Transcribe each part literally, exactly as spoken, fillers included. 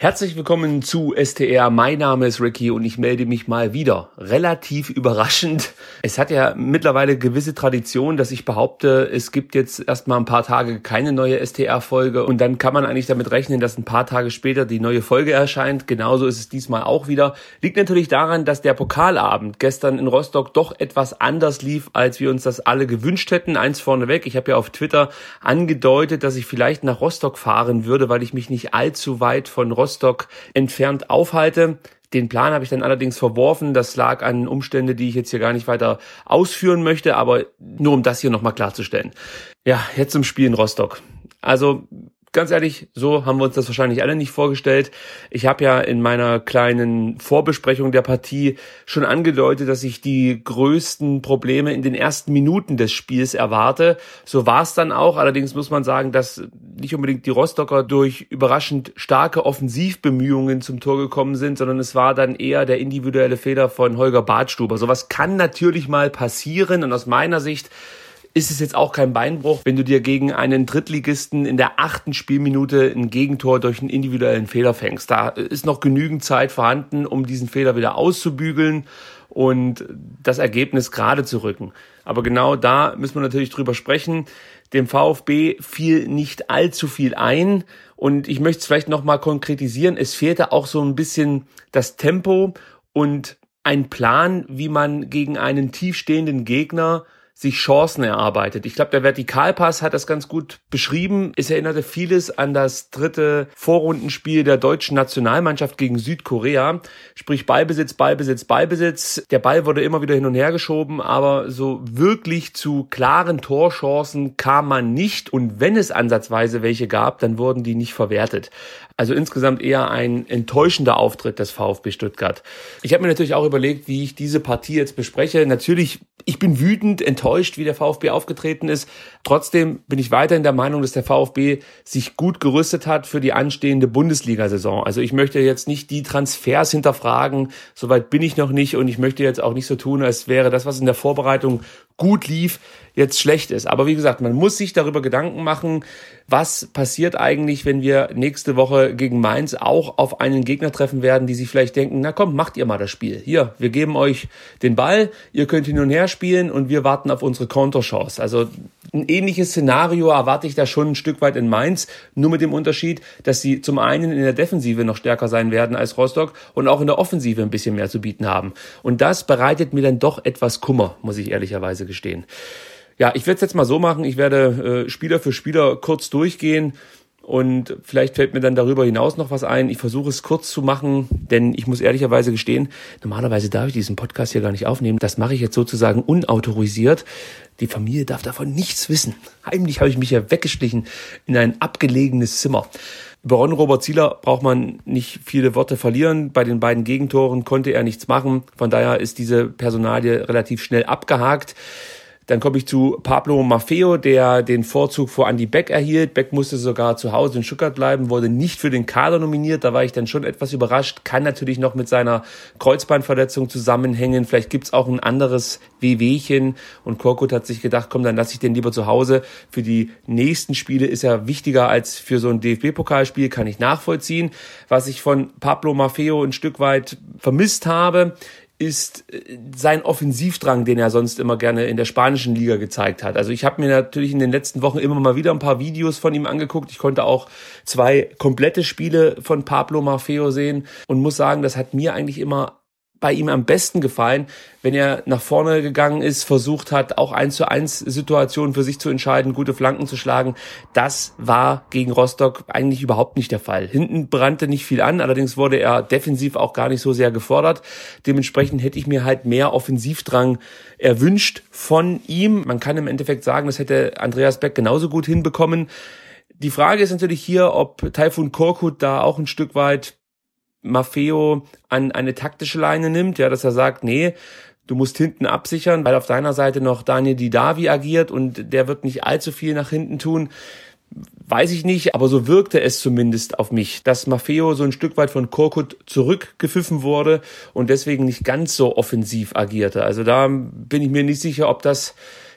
Herzlich willkommen zu S T R. Mein Name ist Ricky und ich melde mich mal wieder. Relativ überraschend. Es hat ja mittlerweile gewisse Tradition, dass ich behaupte, es gibt jetzt erstmal ein paar Tage keine neue S T R-Folge und dann kann man eigentlich damit rechnen, dass ein paar Tage später die neue Folge erscheint. Genauso ist es diesmal auch wieder. Liegt natürlich daran, dass der Pokalabend gestern in Rostock doch etwas anders lief, als wir uns das alle gewünscht hätten. Eins vorneweg, ich habe ja auf Twitter angedeutet, dass ich vielleicht nach Rostock fahren würde, weil ich mich nicht allzu weit von Rostock entfernt aufhalte. Den Plan habe ich dann allerdings verworfen. Das lag an Umständen, die ich jetzt hier gar nicht weiter ausführen möchte, aber nur um das hier nochmal klarzustellen. Ja, jetzt zum Spiel in Rostock. Also ganz ehrlich, so haben wir uns das wahrscheinlich alle nicht vorgestellt. Ich habe ja in meiner kleinen Vorbesprechung der Partie schon angedeutet, dass ich die größten Probleme in den ersten Minuten des Spiels erwarte. So war es dann auch. Allerdings muss man sagen, dass nicht unbedingt die Rostocker durch überraschend starke Offensivbemühungen zum Tor gekommen sind, sondern es war dann eher der individuelle Fehler von Holger Badstuber. Sowas kann natürlich mal passieren und aus meiner Sicht ist es jetzt auch kein Beinbruch, wenn du dir gegen einen Drittligisten in der achten Spielminute ein Gegentor durch einen individuellen Fehler fängst. Da ist noch genügend Zeit vorhanden, um diesen Fehler wieder auszubügeln und das Ergebnis gerade zu rücken. Aber genau da müssen wir natürlich drüber sprechen. Dem VfB fiel nicht allzu viel ein und ich möchte es vielleicht nochmal konkretisieren. Es fehlte auch so ein bisschen das Tempo und ein Plan, wie man gegen einen tiefstehenden Gegner sich Chancen erarbeitet. Ich glaube, der Vertikalpass hat das ganz gut beschrieben. Es erinnerte vieles an das dritte Vorrundenspiel der deutschen Nationalmannschaft gegen Südkorea. Sprich Ballbesitz, Ballbesitz, Ballbesitz. Der Ball wurde immer wieder hin und her geschoben, aber so wirklich zu klaren Torchancen kam man nicht. Und wenn es ansatzweise welche gab, dann wurden die nicht verwertet. Also insgesamt eher ein enttäuschender Auftritt des VfB Stuttgart. Ich habe mir natürlich auch überlegt, wie ich diese Partie jetzt bespreche. Natürlich, ich bin wütend, enttäuscht, wie der VfB aufgetreten ist. Trotzdem bin ich weiterhin der Meinung, dass der VfB sich gut gerüstet hat für die anstehende Bundesliga-Saison. Also ich möchte jetzt nicht die Transfers hinterfragen, soweit bin ich noch nicht und ich möchte jetzt auch nicht so tun, als wäre das, was in der Vorbereitung gut lief, jetzt schlecht ist. Aber wie gesagt, man muss sich darüber Gedanken machen, was passiert eigentlich, wenn wir nächste Woche gegen Mainz auch auf einen Gegner treffen werden, die sich vielleicht denken, na komm, macht ihr mal das Spiel. Hier, wir geben euch den Ball, ihr könnt hin und her spielen und wir warten auf unsere Konterchance. Also ein ähnliches Szenario erwarte ich da schon ein Stück weit in Mainz, nur mit dem Unterschied, dass sie zum einen in der Defensive noch stärker sein werden als Rostock und auch in der Offensive ein bisschen mehr zu bieten haben. Und das bereitet mir dann doch etwas Kummer, muss ich ehrlicherweise gestehen. Ja, ich werde es jetzt mal so machen, ich werde äh, Spieler für Spieler kurz durchgehen und vielleicht fällt mir dann darüber hinaus noch was ein. Ich versuche es kurz zu machen, denn ich muss ehrlicherweise gestehen, normalerweise darf ich diesen Podcast hier gar nicht aufnehmen. Das mache ich jetzt sozusagen unautorisiert. Die Familie darf davon nichts wissen. Heimlich habe ich mich ja weggeschlichen in ein abgelegenes Zimmer. Über Ron-Robert Zieler braucht man nicht viele Worte verlieren. Bei den beiden Gegentoren konnte er nichts machen. Von daher ist diese Personalie relativ schnell abgehakt. Dann komme ich zu Pablo Maffeo, der den Vorzug vor Andy Beck erhielt. Beck musste sogar zu Hause in Stuttgart bleiben, wurde nicht für den Kader nominiert. Da war ich dann schon etwas überrascht. Kann natürlich noch mit seiner Kreuzbandverletzung zusammenhängen. Vielleicht gibt's auch ein anderes Wehwehchen. Und Korkut hat sich gedacht, komm, dann lasse ich den lieber zu Hause. Für die nächsten Spiele ist er wichtiger als für so ein D F B-Pokalspiel, kann ich nachvollziehen. Was ich von Pablo Maffeo ein Stück weit vermisst habe, ist sein Offensivdrang, den er sonst immer gerne in der spanischen Liga gezeigt hat. Also ich habe mir natürlich in den letzten Wochen immer mal wieder ein paar Videos von ihm angeguckt. Ich konnte auch zwei komplette Spiele von Pablo Maffeo sehen und muss sagen, das hat mir eigentlich immer bei ihm am besten gefallen, wenn er nach vorne gegangen ist, versucht hat, auch eins zu eins Situationen für sich zu entscheiden, gute Flanken zu schlagen. Das war gegen Rostock eigentlich überhaupt nicht der Fall. Hinten brannte nicht viel an, allerdings wurde er defensiv auch gar nicht so sehr gefordert. Dementsprechend hätte ich mir halt mehr Offensivdrang erwünscht von ihm. Man kann im Endeffekt sagen, das hätte Andreas Beck genauso gut hinbekommen. Die Frage ist natürlich hier, ob Tayfun Korkut da auch ein Stück weit Maffeo an eine taktische Leine nimmt, ja, dass er sagt, nee, du musst hinten absichern, weil auf deiner Seite noch Daniel Didavi agiert und der wird nicht allzu viel nach hinten tun. Weiß ich nicht, aber so wirkte es zumindest auf mich, dass Maffeo so ein Stück weit von Korkut zurückgepfiffen wurde und deswegen nicht ganz so offensiv agierte. Also da bin ich mir nicht sicher, ob das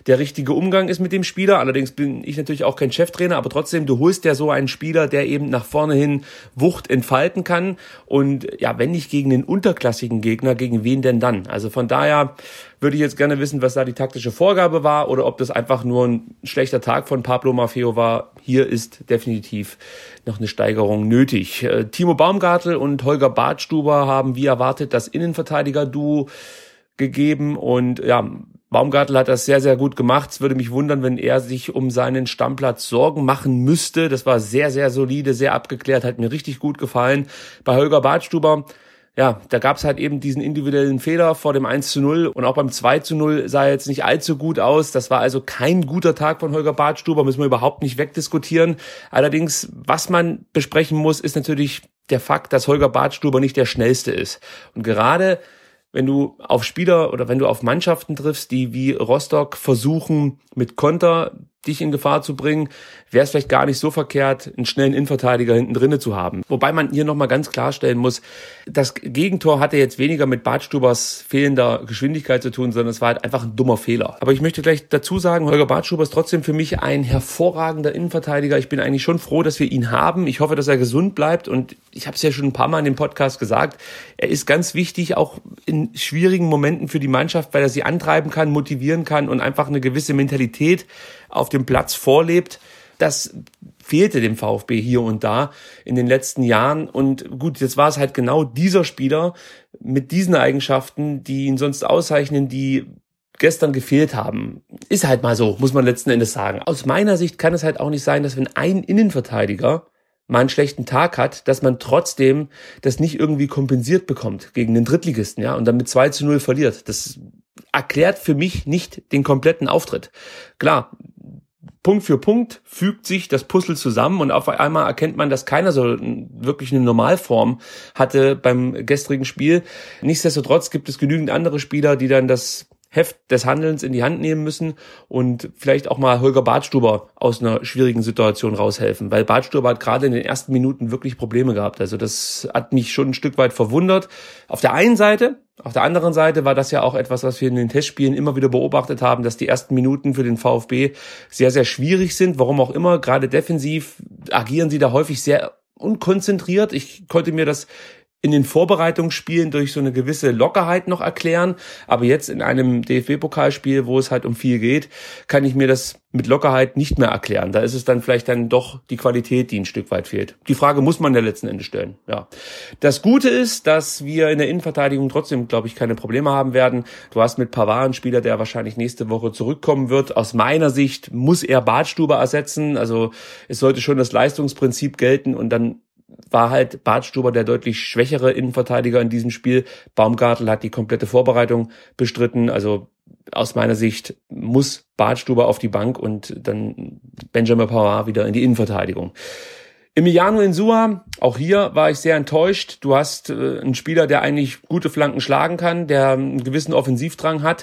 der richtige Umgang ist mit dem Spieler. Allerdings bin ich natürlich auch kein Cheftrainer, aber trotzdem, du holst ja so einen Spieler, der eben nach vorne hin Wucht entfalten kann. Und ja, wenn nicht gegen den unterklassigen Gegner, gegen wen denn dann? Also von daher würde ich jetzt gerne wissen, was da die taktische Vorgabe war oder ob das einfach nur ein schlechter Tag von Pablo Maffeo war. Hier ist definitiv noch eine Steigerung nötig. Äh, Timo Baumgartel und Holger Badstuber haben wie erwartet das Innenverteidiger-Duo gegeben und ja, Baumgartel hat das sehr, sehr gut gemacht. Es würde mich wundern, wenn er sich um seinen Stammplatz Sorgen machen müsste. Das war sehr, sehr solide, sehr abgeklärt, hat mir richtig gut gefallen. Bei Holger Badstuber, ja, da gab's halt eben diesen individuellen Fehler vor dem eins zu null und auch beim zwei zu null sah er jetzt nicht allzu gut aus. Das war also kein guter Tag von Holger Badstuber, müssen wir überhaupt nicht wegdiskutieren. Allerdings, was man besprechen muss, ist natürlich der Fakt, dass Holger Badstuber nicht der Schnellste ist. Und gerade wenn du auf Spieler oder wenn du auf Mannschaften triffst, die wie Rostock versuchen, mit Konter dich in Gefahr zu bringen, wäre es vielleicht gar nicht so verkehrt, einen schnellen Innenverteidiger hinten drinne zu haben. Wobei man hier nochmal ganz klarstellen muss, das Gegentor hatte jetzt weniger mit Badstubers fehlender Geschwindigkeit zu tun, sondern es war halt einfach ein dummer Fehler. Aber ich möchte gleich dazu sagen, Holger Badstuber ist trotzdem für mich ein hervorragender Innenverteidiger. Ich bin eigentlich schon froh, dass wir ihn haben. Ich hoffe, dass er gesund bleibt und ich habe es ja schon ein paar Mal in dem Podcast gesagt, er ist ganz wichtig, auch in schwierigen Momenten für die Mannschaft, weil er sie antreiben kann, motivieren kann und einfach eine gewisse Mentalität auf dem Platz vorlebt. Das fehlte dem VfB hier und da in den letzten Jahren. Und gut, jetzt war es halt genau dieser Spieler mit diesen Eigenschaften, die ihn sonst auszeichnen, die gestern gefehlt haben. Ist halt mal so, muss man letzten Endes sagen. Aus meiner Sicht kann es halt auch nicht sein, dass wenn ein Innenverteidiger mal einen schlechten Tag hat, dass man trotzdem das nicht irgendwie kompensiert bekommt gegen den Drittligisten, ja, und dann mit zwei zu null verliert. Das erklärt für mich nicht den kompletten Auftritt. Klar, Punkt für Punkt fügt sich das Puzzle zusammen und auf einmal erkennt man, dass keiner so wirklich eine Normalform hatte beim gestrigen Spiel. Nichtsdestotrotz gibt es genügend andere Spieler, die dann das Heft des Handelns in die Hand nehmen müssen und vielleicht auch mal Holger Badstuber aus einer schwierigen Situation raushelfen, weil Badstuber hat gerade in den ersten Minuten wirklich Probleme gehabt. Also das hat mich schon ein Stück weit verwundert. Auf der einen Seite, auf der anderen Seite war das ja auch etwas, was wir in den Testspielen immer wieder beobachtet haben, dass die ersten Minuten für den VfB sehr, sehr schwierig sind. Warum auch immer, gerade defensiv agieren sie da häufig sehr unkonzentriert. Ich konnte mir das in den Vorbereitungsspielen durch so eine gewisse Lockerheit noch erklären. Aber jetzt in einem D F B-Pokalspiel, wo es halt um viel geht, kann ich mir das mit Lockerheit nicht mehr erklären. Da ist es dann vielleicht dann doch die Qualität, die ein Stück weit fehlt. Die Frage muss man ja letzten Endes stellen. Ja. Das Gute ist, dass wir in der Innenverteidigung trotzdem, glaube ich, keine Probleme haben werden. Du hast mit Pavard einen Spieler, der wahrscheinlich nächste Woche zurückkommen wird. Aus meiner Sicht muss er Badstuber ersetzen. Also es sollte schon das Leistungsprinzip gelten und dann war halt Badstuber der deutlich schwächere Innenverteidiger in diesem Spiel. Baumgartel hat die komplette Vorbereitung bestritten. Also aus meiner Sicht muss Badstuber auf die Bank und dann Benjamin Pavard wieder in die Innenverteidigung. Emiliano Insua, auch hier war ich sehr enttäuscht. Du hast äh, einen Spieler, der eigentlich gute Flanken schlagen kann, der einen gewissen Offensivdrang hat.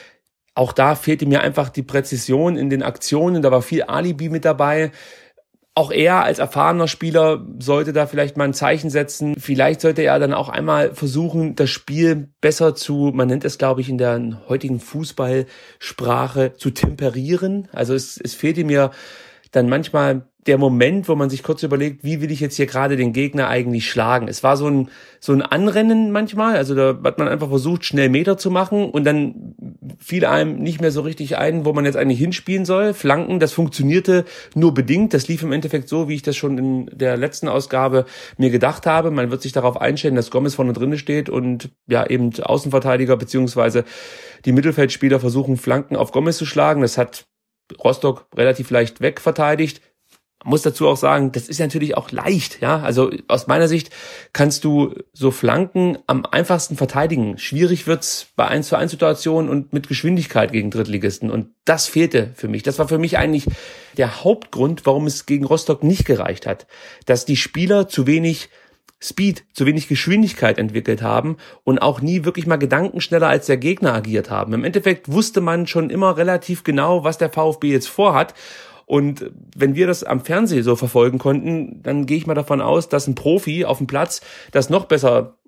Auch da fehlte mir einfach die Präzision in den Aktionen. Da war viel Alibi mit dabei. Auch er als erfahrener Spieler sollte da vielleicht mal ein Zeichen setzen. Vielleicht sollte er dann auch einmal versuchen, das Spiel besser zu, man nennt es, glaube ich, in der heutigen Fußballsprache, zu temperieren. Also es, es fehlte mir dann manchmal der Moment, wo man sich kurz überlegt, wie will ich jetzt hier gerade den Gegner eigentlich schlagen? Es war so ein so ein Anrennen manchmal, also da hat man einfach versucht, schnell Meter zu machen und dann fiel einem nicht mehr so richtig ein, wo man jetzt eigentlich hinspielen soll. Flanken, das funktionierte nur bedingt. Das lief im Endeffekt so, wie ich das schon in der letzten Ausgabe mir gedacht habe. Man wird sich darauf einstellen, dass Gomez vorne drinne steht und ja eben Außenverteidiger beziehungsweise die Mittelfeldspieler versuchen, Flanken auf Gomez zu schlagen. Das hat Rostock relativ leicht wegverteidigt. Man muss dazu auch sagen, das ist natürlich auch leicht, ja. Also aus meiner Sicht kannst du so Flanken am einfachsten verteidigen. Schwierig wird's bei eins zu eins Situationen und mit Geschwindigkeit gegen Drittligisten. Und das fehlte für mich. Das war für mich eigentlich der Hauptgrund, warum es gegen Rostock nicht gereicht hat. Dass die Spieler zu wenig Speed, zu wenig Geschwindigkeit entwickelt haben und auch nie wirklich mal gedankenschneller als der Gegner agiert haben. Im Endeffekt wusste man schon immer relativ genau, was der VfB jetzt vorhat. Und wenn wir das am Fernsehen so verfolgen konnten, dann gehe ich mal davon aus, dass ein Profi auf dem Platz das noch besser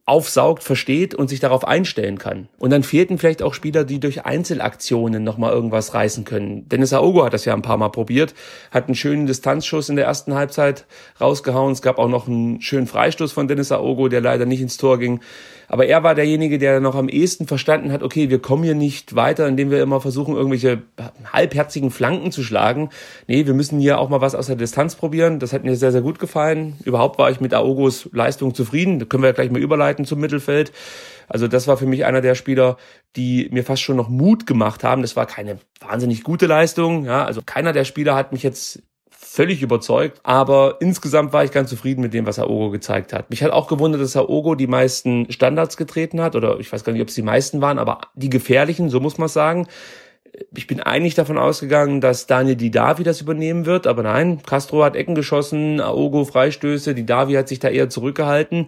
aufsaugt, versteht und sich darauf einstellen kann. Und dann fehlten vielleicht auch Spieler, die durch Einzelaktionen nochmal irgendwas reißen können. Dennis Aogo hat das ja ein paar Mal probiert, hat einen schönen Distanzschuss in der ersten Halbzeit rausgehauen. Es gab auch noch einen schönen Freistoß von Dennis Aogo, der leider nicht ins Tor ging. Aber er war derjenige, der noch am ehesten verstanden hat, okay, wir kommen hier nicht weiter, indem wir immer versuchen, irgendwelche halbherzigen Flanken zu schlagen. Nee, wir müssen hier auch mal was aus der Distanz probieren. Das hat mir sehr, sehr gut gefallen. Überhaupt war ich mit Aogos Leistung zufrieden. Da können wir ja gleich mal überleiten zum Mittelfeld. Also das war für mich einer der Spieler, die mir fast schon noch Mut gemacht haben. Das war keine wahnsinnig gute Leistung. Ja, also keiner der Spieler hat mich jetzt völlig überzeugt, aber insgesamt war ich ganz zufrieden mit dem, was Aogo gezeigt hat. Mich hat auch gewundert, dass Aogo die meisten Standards getreten hat, oder ich weiß gar nicht, ob es die meisten waren, aber die gefährlichen, so muss man sagen. Ich bin eigentlich davon ausgegangen, dass Daniel Didavi das übernehmen wird, aber nein, Castro hat Ecken geschossen, Aogo Freistöße, Didavi hat sich da eher zurückgehalten.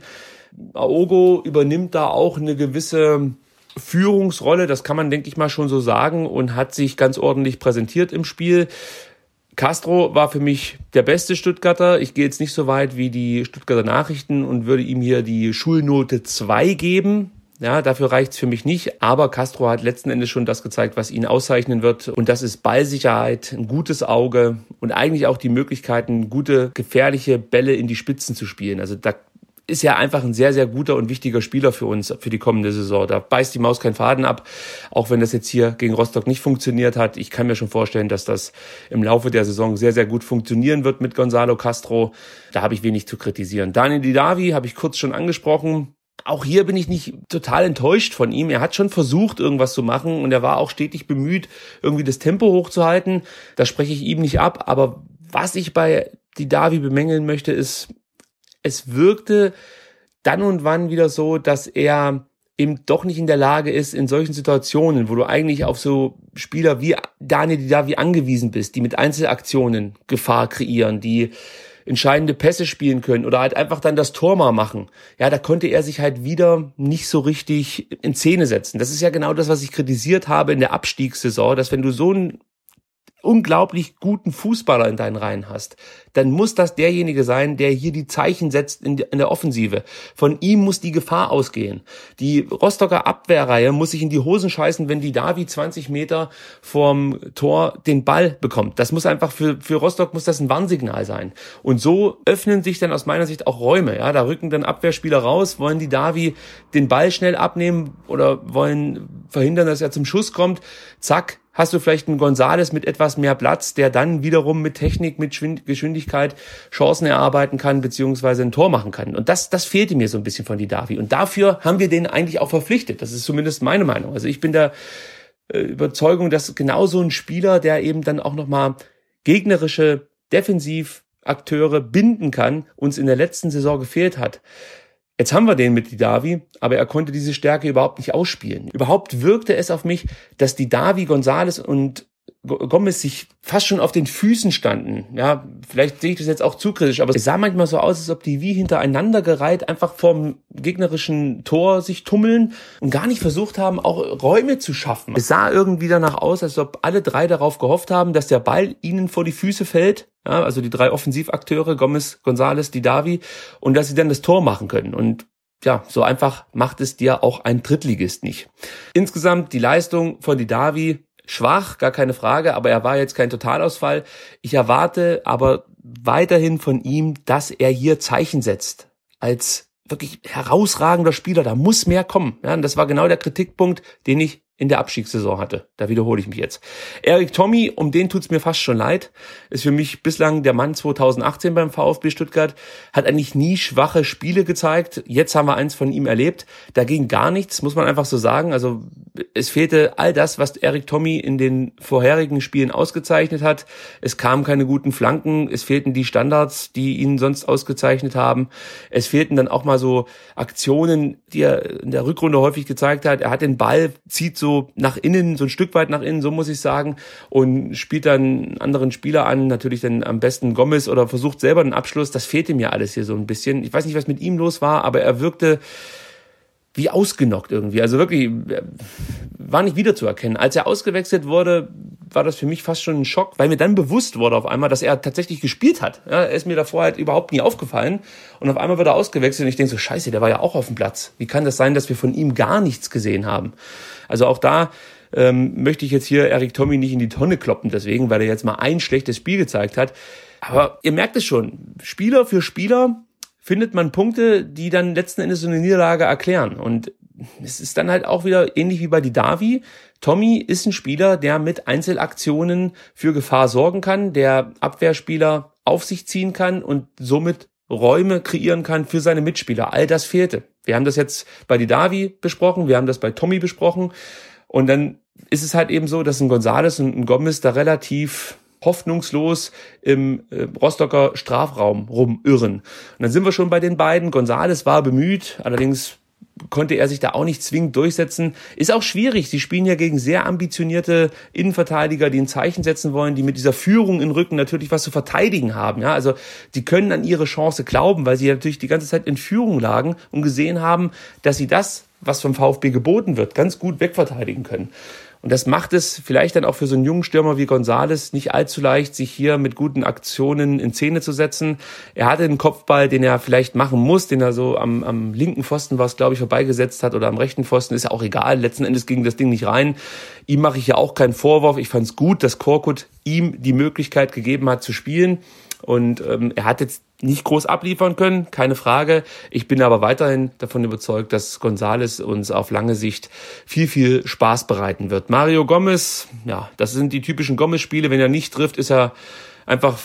Aogo übernimmt da auch eine gewisse Führungsrolle, das kann man, denke ich mal, schon so sagen, und hat sich ganz ordentlich präsentiert im Spiel. Castro war für mich der beste Stuttgarter. Ich gehe jetzt nicht so weit wie die Stuttgarter Nachrichten und würde ihm hier die Schulnote zwei geben. Ja, dafür reicht's für mich nicht. Aber Castro hat letzten Endes schon das gezeigt, was ihn auszeichnen wird. Und das ist Ballsicherheit, ein gutes Auge und eigentlich auch die Möglichkeiten, gute, gefährliche Bälle in die Spitzen zu spielen. Also da ist ja einfach ein sehr, sehr guter und wichtiger Spieler für uns, für die kommende Saison. Da beißt die Maus keinen Faden ab, auch wenn das jetzt hier gegen Rostock nicht funktioniert hat. Ich kann mir schon vorstellen, dass das im Laufe der Saison sehr, sehr gut funktionieren wird mit Gonzalo Castro. Da habe ich wenig zu kritisieren. Daniel Didavi habe ich kurz schon angesprochen. Auch hier bin ich nicht total enttäuscht von ihm. Er hat schon versucht, irgendwas zu machen, und er war auch stetig bemüht, irgendwie das Tempo hochzuhalten. Das spreche ich ihm nicht ab. Aber was ich bei Didavi bemängeln möchte, ist, es wirkte dann und wann wieder so, dass er eben doch nicht in der Lage ist, in solchen Situationen, wo du eigentlich auf so Spieler wie Daniel Didavi angewiesen bist, die mit Einzelaktionen Gefahr kreieren, die entscheidende Pässe spielen können oder halt einfach dann das Tor mal machen. Ja, da konnte er sich halt wieder nicht so richtig in Szene setzen. Das ist ja genau das, was ich kritisiert habe in der Abstiegssaison, dass wenn du so einen unglaublich guten Fußballer in deinen Reihen hast, dann muss das derjenige sein, der hier die Zeichen setzt in der Offensive. Von ihm muss die Gefahr ausgehen. Die Rostocker Abwehrreihe muss sich in die Hosen scheißen, wenn Didavi zwanzig Meter vorm Tor den Ball bekommt. Das muss einfach für, für Rostock muss das ein Warnsignal sein. Und so öffnen sich dann aus meiner Sicht auch Räume. Ja, da rücken dann Abwehrspieler raus, wollen Didavi den Ball schnell abnehmen oder wollen verhindern, dass er zum Schuss kommt. Zack, hast du vielleicht einen Gonzales mit etwas mehr Platz, der dann wiederum mit Technik, mit Geschwindigkeit Chancen erarbeiten kann, beziehungsweise ein Tor machen kann. Und das, das fehlte mir so ein bisschen von Didavi. Und dafür haben wir den eigentlich auch verpflichtet. Das ist zumindest meine Meinung. Also ich bin der äh, Überzeugung, dass genau so ein Spieler, der eben dann auch nochmal gegnerische Defensivakteure binden kann, uns in der letzten Saison gefehlt hat. Jetzt haben wir den mit Didavi, aber er konnte diese Stärke überhaupt nicht ausspielen. Überhaupt wirkte es auf mich, dass Didavi, Gonzales und Gomez sich fast schon auf den Füßen standen. Ja, vielleicht sehe ich das jetzt auch zu kritisch, aber es sah manchmal so aus, als ob die wie hintereinander gereiht einfach vorm gegnerischen Tor sich tummeln und gar nicht versucht haben, auch Räume zu schaffen. Es sah irgendwie danach aus, als ob alle drei darauf gehofft haben, dass der Ball ihnen vor die Füße fällt. Ja, also die drei Offensivakteure, Gomez, Gonzales, Didavi, und dass sie dann das Tor machen können. Und ja, so einfach macht es dir auch ein Drittligist nicht. Insgesamt die Leistung von Didavi schwach, gar keine Frage, aber er war jetzt kein Totalausfall. Ich erwarte aber weiterhin von ihm, dass er hier Zeichen setzt. Als wirklich herausragender Spieler, da muss mehr kommen. Ja, und das war genau der Kritikpunkt, den ich in der Abstiegssaison hatte. Da wiederhole ich mich jetzt. Erik Thommy, um den tut's mir fast schon leid, ist für mich bislang der Mann zweitausendachtzehn beim VfB Stuttgart, hat eigentlich nie schwache Spiele gezeigt. Jetzt haben wir eins von ihm erlebt. Da ging gar nichts, muss man einfach so sagen. Also es fehlte all das, was Erik Thommy in den vorherigen Spielen ausgezeichnet hat. Es kamen keine guten Flanken, es fehlten die Standards, die ihn sonst ausgezeichnet haben. Es fehlten dann auch mal so Aktionen, die er in der Rückrunde häufig gezeigt hat. Er hat den Ball, zieht so so nach innen, so ein Stück weit nach innen, so muss ich sagen, und spielt dann einen anderen Spieler an, natürlich dann am besten Gomez, oder versucht selber einen Abschluss. Das fehlte mir alles hier so ein bisschen. Ich weiß nicht, was mit ihm los war, aber er wirkte wie ausgenockt irgendwie. Also wirklich, war nicht wiederzuerkennen. Als er ausgewechselt wurde, war das für mich fast schon ein Schock, weil mir dann bewusst wurde auf einmal, dass er tatsächlich gespielt hat. Ja, er ist mir davor halt überhaupt nie aufgefallen und auf einmal wird er ausgewechselt und ich denke so, scheiße, der war ja auch auf dem Platz. Wie kann das sein, dass wir von ihm gar nichts gesehen haben? Also auch da ähm, möchte ich jetzt hier Erik Thommy nicht in die Tonne kloppen, deswegen, weil er jetzt mal ein schlechtes Spiel gezeigt hat. Aber ihr merkt es schon, Spieler für Spieler findet man Punkte, die dann letzten Endes so eine Niederlage erklären. Und es ist dann halt auch wieder ähnlich wie bei Didavi. Thommy ist ein Spieler, der mit Einzelaktionen für Gefahr sorgen kann, der Abwehrspieler auf sich ziehen kann und somit Räume kreieren kann für seine Mitspieler. All das fehlte. Wir haben das jetzt bei Didavi besprochen, wir haben das bei Thommy besprochen. Und dann ist es halt eben so, dass ein González und ein Gomez da relativ hoffnungslos im äh, Rostocker Strafraum rumirren. Und dann sind wir schon bei den beiden. González war bemüht, allerdings konnte er sich da auch nicht zwingend durchsetzen. Ist auch schwierig. Sie spielen ja gegen sehr ambitionierte Innenverteidiger, die ein Zeichen setzen wollen, die mit dieser Führung im Rücken natürlich was zu verteidigen haben. Ja, also die können an ihre Chance glauben, weil sie ja natürlich die ganze Zeit in Führung lagen und gesehen haben, dass sie das, was vom VfB geboten wird, ganz gut wegverteidigen können. Und das macht es vielleicht dann auch für so einen jungen Stürmer wie González nicht allzu leicht, sich hier mit guten Aktionen in Szene zu setzen. Er hatte einen Kopfball, den er vielleicht machen muss, den er so am, am linken Pfosten, was glaube ich, vorbeigesetzt hat oder am rechten Pfosten, ist ja auch egal. Letzten Endes ging das Ding nicht rein. Ihm mache ich ja auch keinen Vorwurf. Ich fand es gut, dass Korkut ihm die Möglichkeit gegeben hat zu spielen. Und ähm, er hat jetzt nicht groß abliefern können, keine Frage. Ich bin aber weiterhin davon überzeugt, dass González uns auf lange Sicht viel, viel Spaß bereiten wird. Mario Gomez, ja, das sind die typischen Gomez-Spiele. Wenn er nicht trifft, ist er einfach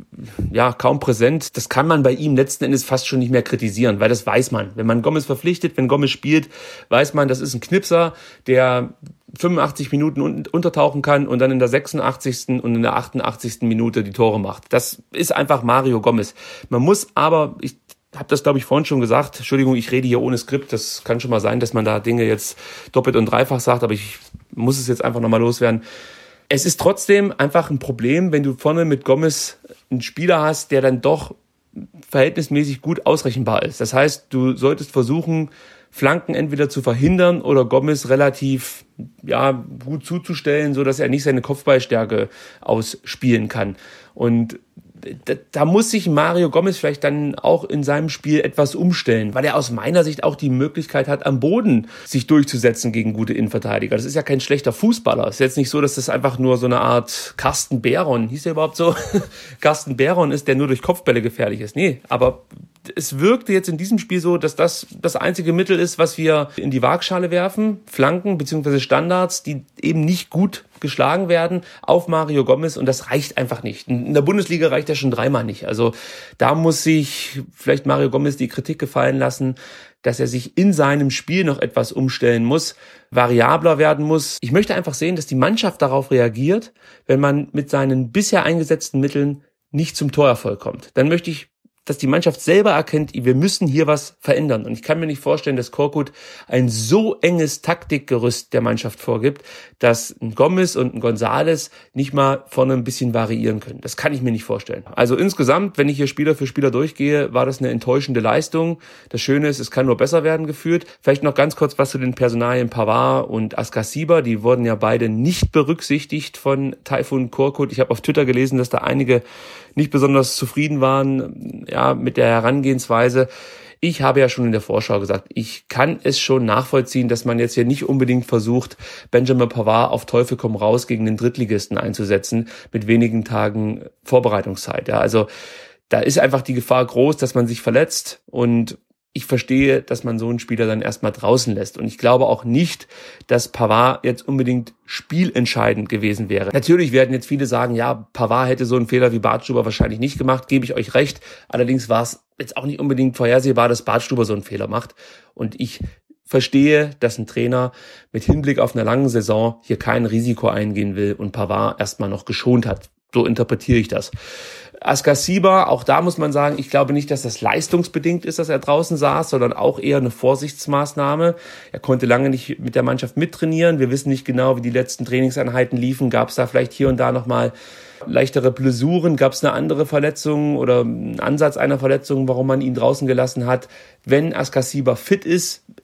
ja kaum präsent. Das kann man bei ihm letzten Endes fast schon nicht mehr kritisieren, weil das weiß man. Wenn man Gomez verpflichtet, wenn Gomez spielt, weiß man, das ist ein Knipser, der fünfundachtzig Minuten untertauchen kann und dann in der sechsundachtzigsten und in der achtundachtzigsten Minute die Tore macht. Das ist einfach Mario Gomez. Man muss aber, ich habe das glaube ich vorhin schon gesagt, Entschuldigung, ich rede hier ohne Skript, das kann schon mal sein, dass man da Dinge jetzt doppelt und dreifach sagt, aber ich muss es jetzt einfach nochmal loswerden. Es ist trotzdem einfach ein Problem, wenn du vorne mit Gomez einen Spieler hast, der dann doch verhältnismäßig gut ausrechenbar ist. Das heißt, du solltest versuchen, Flanken entweder zu verhindern oder Gomez relativ ja gut zuzustellen, so dass er nicht seine Kopfballstärke ausspielen kann. Und da, da muss sich Mario Gomez vielleicht dann auch in seinem Spiel etwas umstellen, weil er aus meiner Sicht auch die Möglichkeit hat, am Boden sich durchzusetzen gegen gute Innenverteidiger. Das ist ja kein schlechter Fußballer. Es ist jetzt nicht so, dass das einfach nur so eine Art Carsten Behron, hieß der überhaupt so? Carsten Behron ist, der nur durch Kopfbälle gefährlich ist. Nee, aber es wirkte jetzt in diesem Spiel so, dass das das einzige Mittel ist, was wir in die Waagschale werfen. Flanken bzw. Standards, die eben nicht gut geschlagen werden auf Mario Gomez und das reicht einfach nicht. In der Bundesliga reicht er schon dreimal nicht. Also da muss sich vielleicht Mario Gomez die Kritik gefallen lassen, dass er sich in seinem Spiel noch etwas umstellen muss, variabler werden muss. Ich möchte einfach sehen, dass die Mannschaft darauf reagiert, wenn man mit seinen bisher eingesetzten Mitteln nicht zum Torerfolg kommt. Dann möchte ich, dass die Mannschaft selber erkennt, wir müssen hier was verändern. Und ich kann mir nicht vorstellen, dass Korkut ein so enges Taktikgerüst der Mannschaft vorgibt, dass ein Gomez und ein González nicht mal vorne ein bisschen variieren können. Das kann ich mir nicht vorstellen. Also insgesamt, wenn ich hier Spieler für Spieler durchgehe, war das eine enttäuschende Leistung. Das Schöne ist, es kann nur besser werden geführt. Vielleicht noch ganz kurz was zu den Personalien Pavard und Askasiba. Die wurden ja beide nicht berücksichtigt von Tayfun Korkut. Ich habe auf Twitter gelesen, dass da einige nicht besonders zufrieden waren, ja, mit der Herangehensweise. Ich habe ja schon in der Vorschau gesagt, ich kann es schon nachvollziehen, dass man jetzt hier nicht unbedingt versucht, Benjamin Pavard auf Teufel komm raus gegen den Drittligisten einzusetzen, mit wenigen Tagen Vorbereitungszeit. Ja, also da ist einfach die Gefahr groß, dass man sich verletzt und ich verstehe, dass man so einen Spieler dann erstmal draußen lässt. Und ich glaube auch nicht, dass Pavard jetzt unbedingt spielentscheidend gewesen wäre. Natürlich werden jetzt viele sagen, ja, Pavard hätte so einen Fehler wie Bartstuber wahrscheinlich nicht gemacht, gebe ich euch recht. Allerdings war es jetzt auch nicht unbedingt vorhersehbar, dass Bartstuber so einen Fehler macht. Und ich verstehe, dass ein Trainer mit Hinblick auf eine lange Saison hier kein Risiko eingehen will und Pavard erstmal noch geschont hat. So interpretiere ich das. Askasiba, auch da muss man sagen, ich glaube nicht, dass das leistungsbedingt ist, dass er draußen saß, sondern auch eher eine Vorsichtsmaßnahme. Er konnte lange nicht mit der Mannschaft mittrainieren. Wir wissen nicht genau, wie die letzten Trainingseinheiten liefen. Gab es da vielleicht hier und da nochmal leichtere Blessuren? Gab es eine andere Verletzung oder einen Ansatz einer Verletzung, warum man ihn draußen gelassen hat? Wenn Askasiba fit ist,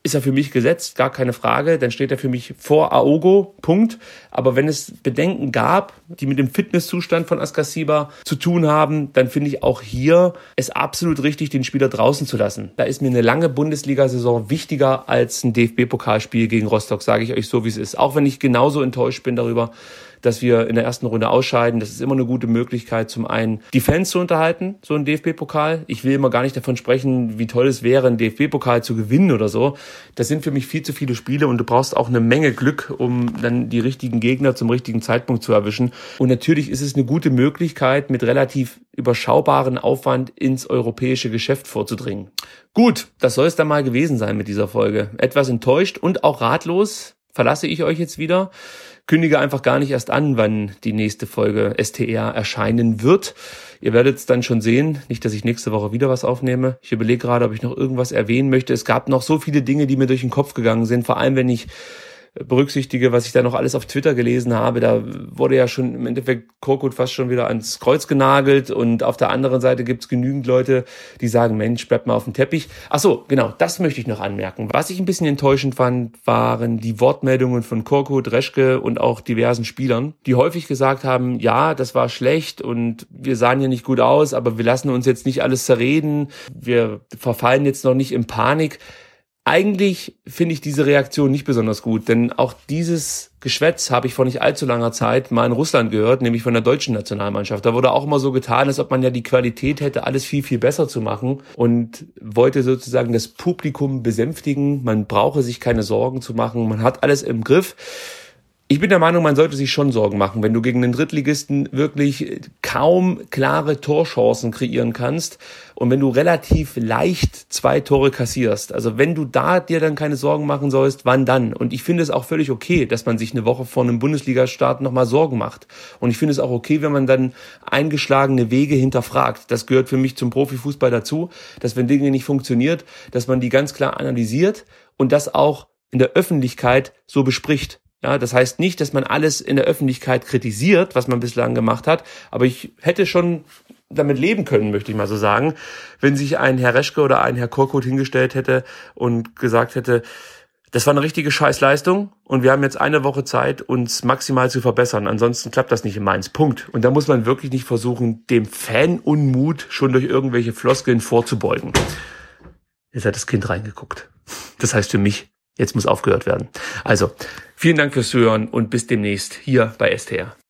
ist er für mich gesetzt, gar keine Frage. Dann steht er für mich vor Aogo, Punkt. Aber wenn es Bedenken gab, die mit dem Fitnesszustand von Askasiba zu tun haben, dann finde ich auch hier es absolut richtig, den Spieler draußen zu lassen. Da ist mir eine lange Bundesliga-Saison wichtiger als ein D F B-Pokalspiel gegen Rostock, sage ich euch so, wie es ist. Auch wenn ich genauso enttäuscht bin darüber, dass wir in der ersten Runde ausscheiden. Das ist immer eine gute Möglichkeit, zum einen die Fans zu unterhalten, so ein D F B-Pokal. Ich will immer gar nicht davon sprechen, wie toll es wäre, einen D F B-Pokal zu gewinnen oder so. Das sind für mich viel zu viele Spiele und du brauchst auch eine Menge Glück, um dann die richtigen Gegner zum richtigen Zeitpunkt zu erwischen. Und natürlich ist es eine gute Möglichkeit, mit relativ überschaubaren Aufwand ins europäische Geschäft vorzudringen. Gut, das soll es dann mal gewesen sein mit dieser Folge. Etwas enttäuscht und auch ratlos verlasse ich euch jetzt wieder. Kündige einfach gar nicht erst an, wann die nächste Folge S T R erscheinen wird. Ihr werdet es dann schon sehen. Nicht, dass ich nächste Woche wieder was aufnehme. Ich überlege gerade, ob ich noch irgendwas erwähnen möchte. Es gab noch so viele Dinge, die mir durch den Kopf gegangen sind. Vor allem, wenn ich berücksichtige, was ich da noch alles auf Twitter gelesen habe. Da wurde ja schon im Endeffekt Korkut fast schon wieder ans Kreuz genagelt und auf der anderen Seite gibt's genügend Leute, die sagen, Mensch, bleib mal auf dem Teppich. Ach so, genau, das möchte ich noch anmerken. Was ich ein bisschen enttäuschend fand, waren die Wortmeldungen von Korkut, Reschke und auch diversen Spielern, die häufig gesagt haben, ja, das war schlecht und wir sahen ja nicht gut aus, aber wir lassen uns jetzt nicht alles zerreden, wir verfallen jetzt noch nicht in Panik. Eigentlich finde ich diese Reaktion nicht besonders gut, denn auch dieses Geschwätz habe ich vor nicht allzu langer Zeit mal in Russland gehört, nämlich von der deutschen Nationalmannschaft. Da wurde auch immer so getan, als ob man ja die Qualität hätte, alles viel, viel besser zu machen und wollte sozusagen das Publikum besänftigen. Man brauche sich keine Sorgen zu machen, man hat alles im Griff. Ich bin der Meinung, man sollte sich schon Sorgen machen, wenn du gegen einen Drittligisten wirklich kaum klare Torchancen kreieren kannst und wenn du relativ leicht zwei Tore kassierst. Also wenn du da dir dann keine Sorgen machen sollst, wann dann? Und ich finde es auch völlig okay, dass man sich eine Woche vor einem Bundesliga-Start nochmal Sorgen macht. Und ich finde es auch okay, wenn man dann eingeschlagene Wege hinterfragt. Das gehört für mich zum Profifußball dazu, dass wenn Dinge nicht funktioniert, dass man die ganz klar analysiert und das auch in der Öffentlichkeit so bespricht. Ja, das heißt nicht, dass man alles in der Öffentlichkeit kritisiert, was man bislang gemacht hat, aber ich hätte schon damit leben können, möchte ich mal so sagen, wenn sich ein Herr Reschke oder ein Herr Korkut hingestellt hätte und gesagt hätte, das war eine richtige Scheißleistung und wir haben jetzt eine Woche Zeit, uns maximal zu verbessern, ansonsten klappt das nicht in Mainz, Punkt. Und da muss man wirklich nicht versuchen, dem Fanunmut schon durch irgendwelche Floskeln vorzubeugen. Jetzt hat das Kind reingeguckt. Das heißt für mich, jetzt muss aufgehört werden. Also, vielen Dank fürs Zuhören und bis demnächst hier bei S T R.